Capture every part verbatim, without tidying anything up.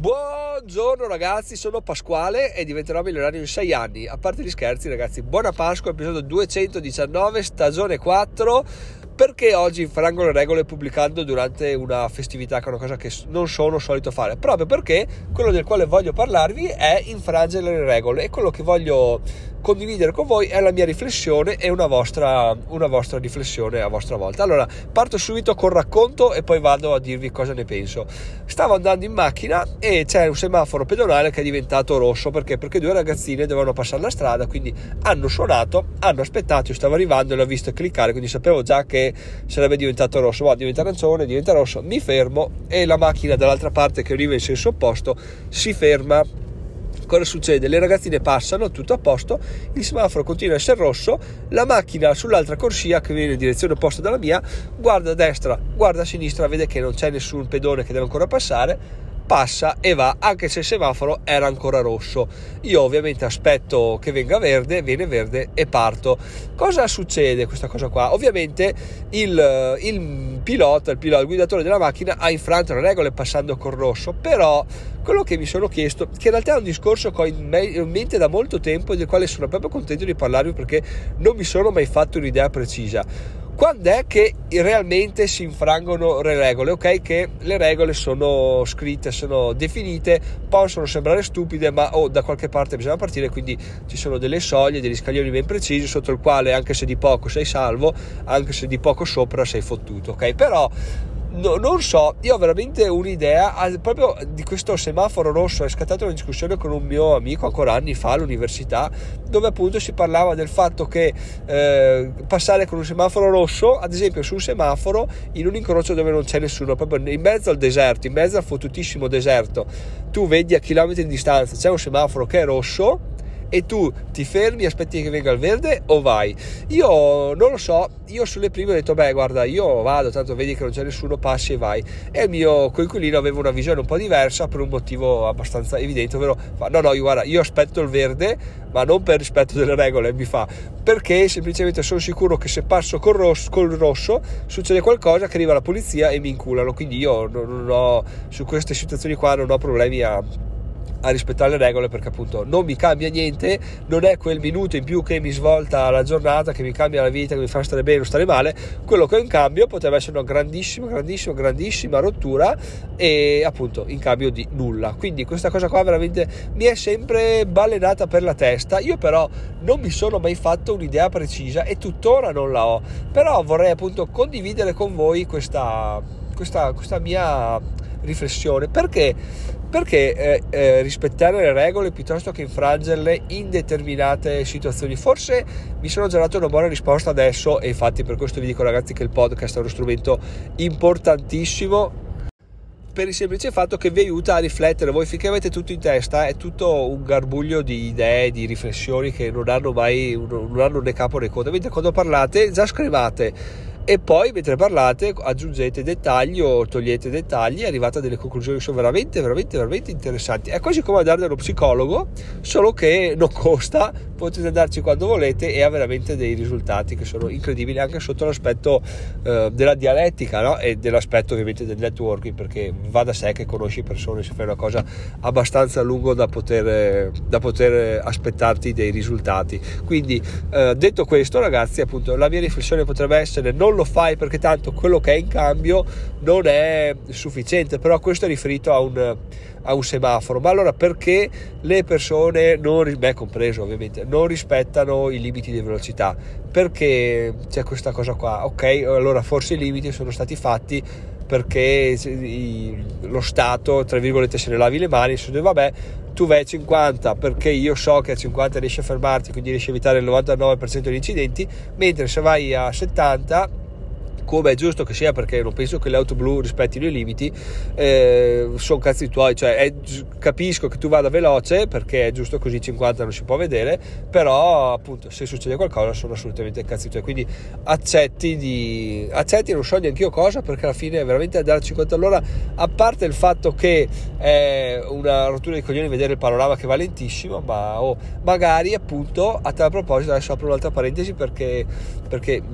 Buongiorno ragazzi, sono Pasquale e diventerò milionario in sei anni. A parte gli scherzi ragazzi, buona Pasqua, episodio duecentodiciannove, stagione quattro. Perché oggi infrango le regole pubblicando durante una festività, che è una cosa che non sono solito fare? Proprio perché quello del quale voglio parlarvi è infrangere le regole, e quello che voglio condividere con voi è la mia riflessione e una vostra, una vostra riflessione a vostra volta. Allora, parto subito col racconto e poi vado a dirvi cosa ne penso. Stavo andando in macchina e c'è un semaforo pedonale che è diventato rosso. Perché? Perché due ragazzine dovevano passare la strada, quindi hanno suonato, hanno aspettato, io stavo arrivando e l'ho visto cliccare, quindi sapevo già che sarebbe diventato rosso. Ma diventa arancione, diventa rosso, mi fermo e la macchina dall'altra parte che arriva in senso opposto si ferma. Cosa succede? Le ragazzine passano, tutto a posto, il semaforo continua a essere rosso, la macchina sull'altra corsia che viene in direzione opposta dalla mia guarda a destra, guarda a sinistra, vede che non c'è nessun pedone che deve ancora passare, passa e va, anche se il semaforo era ancora rosso. Io ovviamente aspetto che venga verde, viene verde e parto. Cosa succede questa cosa qua? Ovviamente il, il pilota, il pilota, il guidatore della macchina ha infranto le regole passando col rosso, però quello che mi sono chiesto, che in realtà è un discorso che ho in mente da molto tempo e del quale sono proprio contento di parlarvi perché non mi sono mai fatto un'idea precisa. Quando è che realmente si infrangono le regole? Ok, che le regole sono scritte, sono definite, possono sembrare stupide, ma oh, da qualche parte bisogna partire, quindi ci sono delle soglie, degli scaglioni ben precisi sotto il quale anche se di poco sei salvo, anche se di poco sopra sei fottuto, ok? Però No, non so, io ho veramente un'idea proprio di questo semaforo rosso. È scattata una discussione con un mio amico ancora anni fa all'università, dove appunto si parlava del fatto che eh, passare con un semaforo rosso, ad esempio su un semaforo in un incrocio dove non c'è nessuno, proprio in mezzo al deserto, in mezzo al fottutissimo deserto, tu vedi a chilometri di distanza c'è un semaforo che è rosso e tu ti fermi, aspetti che venga il verde o vai? Io non lo so, io sulle prime ho detto beh guarda, io vado, tanto vedi che non c'è nessuno, passi e vai. E il mio coinquilino aveva una visione un po' diversa per un motivo abbastanza evidente, ovvero no no io guarda, io aspetto il verde, ma non per rispetto delle regole, mi fa, perché semplicemente sono sicuro che se passo col rosso, col rosso succede qualcosa, che arriva la polizia e mi inculano. Quindi io non, non ho, su queste situazioni qua non ho problemi a a rispettare le regole, perché appunto non mi cambia niente, non è quel minuto in più che mi svolta la giornata, che mi cambia la vita, che mi fa stare bene o stare male. Quello che ho in cambio potrebbe essere una grandissima grandissima grandissima rottura e appunto in cambio di nulla. Quindi questa cosa qua veramente mi è sempre balenata per la testa. Io però non mi sono mai fatto un'idea precisa e tuttora non la ho, però vorrei appunto condividere con voi questa questa, questa mia riflessione. Perché? Perché eh, eh, rispettare le regole piuttosto che infrangerle in determinate situazioni? Forse mi sono già dato una buona risposta adesso, e infatti per questo vi dico ragazzi che il podcast è uno strumento importantissimo, per il semplice fatto che vi aiuta a riflettere. Voi finché avete tutto in testa è tutto un garbuglio di idee, di riflessioni che non hanno mai non hanno né capo né coda, mentre quando parlate già scrivate e poi mentre parlate aggiungete dettagli o togliete dettagli e arrivate a delle conclusioni che sono veramente veramente veramente interessanti. È quasi come andare dallo psicologo, solo che non costa, potete andarci quando volete e ha veramente dei risultati che sono incredibili, anche sotto l'aspetto eh, della dialettica, no? E dell'aspetto ovviamente del networking, perché va da sé che conosci persone se fai una cosa abbastanza a lungo da poter, da poter aspettarti dei risultati. Quindi eh, detto questo ragazzi, appunto la mia riflessione potrebbe essere: non lo fai perché tanto quello che è in cambio non è sufficiente. Però questo è riferito a un, a un semaforo. Ma allora perché le persone, non, me compreso ovviamente, non rispettano i limiti di velocità? Perché c'è questa cosa qua? Ok, allora forse i limiti sono stati fatti perché lo Stato, tra virgolette, se ne lavi le mani, se vabbè, tu vai a cinquanta perché io so che a cinquanta riesci a fermarti, quindi riesci a evitare il novantanove per cento degli incidenti, mentre se vai a settanta, come è giusto che sia, perché non penso che le auto blu rispettino i limiti, eh, sono cazzi tuoi, cioè è, capisco che tu vada veloce perché è giusto così, cinquanta non si può vedere, però appunto se succede qualcosa sono assolutamente cazzi tuoi, quindi accetti di accetti non so neanche io cosa, perché alla fine veramente andare a cinquanta all'ora, a parte il fatto che è una rottura di coglioni vedere il panorama che va lentissimo, ma oh, magari appunto a tal proposito adesso apro un'altra parentesi perché perché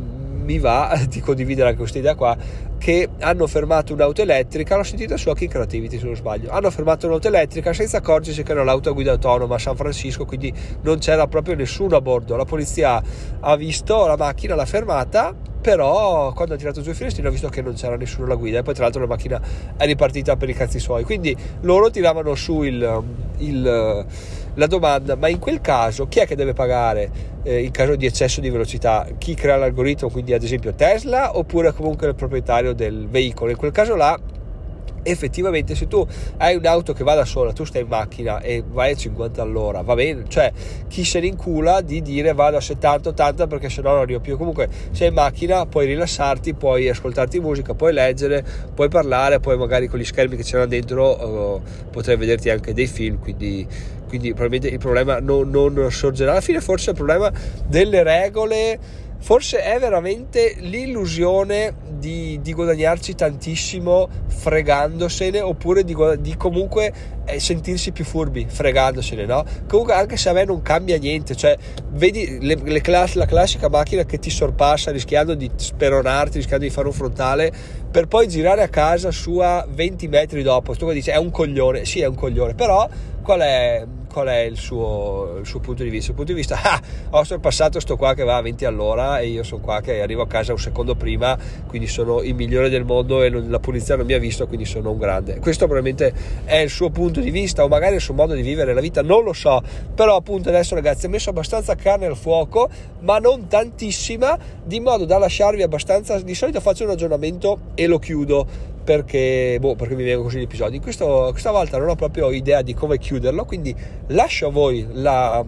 mi va di condividere anche questa idea qua, che hanno fermato un'auto elettrica, l'ho sentita su Hacking Creativity se non sbaglio, hanno fermato un'auto elettrica senza accorgersi che era l'auto a guida autonoma a San Francisco, quindi non c'era proprio nessuno a bordo. La polizia ha visto la macchina, l'ha fermata, però quando ha tirato giù il finestrino ha visto che non c'era nessuno alla guida, e poi tra l'altro la macchina è ripartita per i cazzi suoi. Quindi loro tiravano su il, il, la domanda: ma in quel caso chi è che deve pagare eh, in caso di eccesso di velocità? Chi crea l'algoritmo, quindi ad esempio Tesla, oppure comunque il proprietario del veicolo? In quel caso là effettivamente, se tu hai un'auto che va da sola, tu stai in macchina e vai a cinquanta all'ora, va bene, cioè chi se ne incula di dire vado a settanta ottanta perché sennò non arrivo più. Comunque sei in macchina, puoi rilassarti, puoi ascoltarti musica, puoi leggere, puoi parlare, poi magari con gli schermi che c'erano dentro uh, potrai vederti anche dei film, quindi, quindi probabilmente il problema non, non sorgerà. Alla fine forse il problema delle regole forse è veramente l'illusione di, di guadagnarci tantissimo fregandosene, oppure di, di comunque eh, sentirsi più furbi fregandosene, no? Comunque anche se a me non cambia niente, cioè vedi le, le class, la classica macchina che ti sorpassa rischiando di speronarti, rischiando di fare un frontale, per poi girare a casa sua venti metri dopo. Tu dici è un coglione, sì è un coglione, però qual è, qual è il, suo, il suo punto di vista? Il punto di vista, ah, ho sorpassato sto qua che va a venti all'ora e io sono qua che arrivo a casa un secondo prima, quindi sono il migliore del mondo e non, la polizia non mi ha visto, quindi sono un grande. Questo probabilmente è il suo punto di vista, o magari il suo modo di vivere la vita, non lo so. Però appunto adesso ragazzi ho messo abbastanza carne al fuoco, ma non tantissima, di modo da lasciarvi abbastanza. Di solito faccio un ragionamento e lo chiudo perché, boh, perché mi vengono così gli episodi. Questo, questa volta non ho proprio idea di come chiuderlo, quindi lascio a voi la,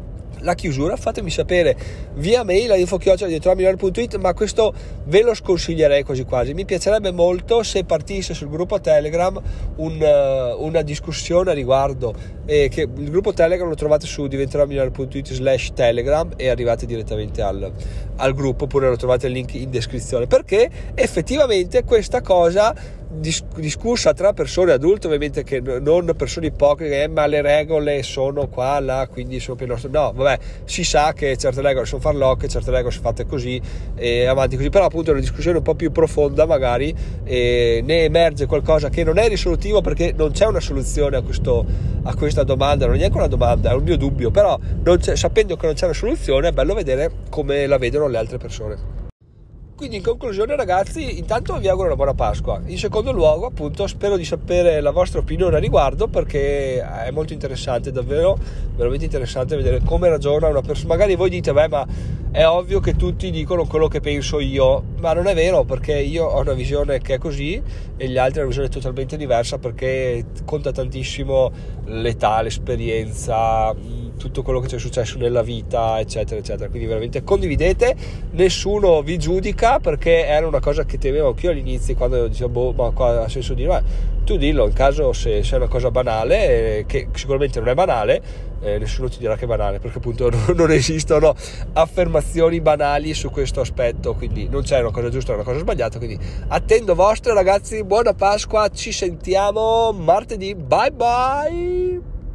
la chiusura. Fatemi sapere via mail a info chiocciola diventerò migliore punto it, ma questo ve lo sconsiglierei quasi quasi. Mi piacerebbe molto se partisse sul gruppo Telegram un, una discussione a riguardo, e che il gruppo Telegram lo trovate su diventerò migliore punto it slash telegram e arrivate direttamente al, al gruppo, oppure lo trovate il link in descrizione, perché effettivamente questa cosa dis- discussa tra persone adulte, ovviamente, che n- non persone ipocrite, eh, ma le regole sono qua, là, quindi sono per il nostro... No, vabbè, si sa che certe regole sono farlocche, certe regole sono fatte così e avanti così, però appunto è una discussione un po' più profonda magari, e ne emerge qualcosa che non è risolutivo, perché non c'è una soluzione a questo, a questa domanda, non è neanche una domanda, è un mio dubbio, però non c'è, sapendo che non c'è una soluzione è bello vedere come la vedono le altre persone. Quindi in conclusione ragazzi, intanto vi auguro una buona Pasqua. In secondo luogo appunto spero di sapere la vostra opinione a riguardo, perché è molto interessante, davvero veramente interessante vedere come ragiona una persona. Magari voi dite beh, ma è ovvio che tutti dicono quello che penso io, ma non è vero, perché io ho una visione che è così e gli altri hanno una visione totalmente diversa, perché conta tantissimo l'età, l'esperienza, tutto quello che c'è successo nella vita, eccetera eccetera. Quindi veramente condividete, nessuno vi giudica, perché era una cosa che temevo anch'io all'inizio, quando dicevo boh, ma qua ha senso dire, ma tu dillo, in caso se, se è una cosa banale, eh, che sicuramente non è banale, eh, nessuno ti dirà che è banale, perché appunto non, non esistono affermazioni banali su questo aspetto, quindi non c'è una cosa giusta o una cosa sbagliata. Quindi attendo vostre ragazzi, buona Pasqua, ci sentiamo martedì, bye bye.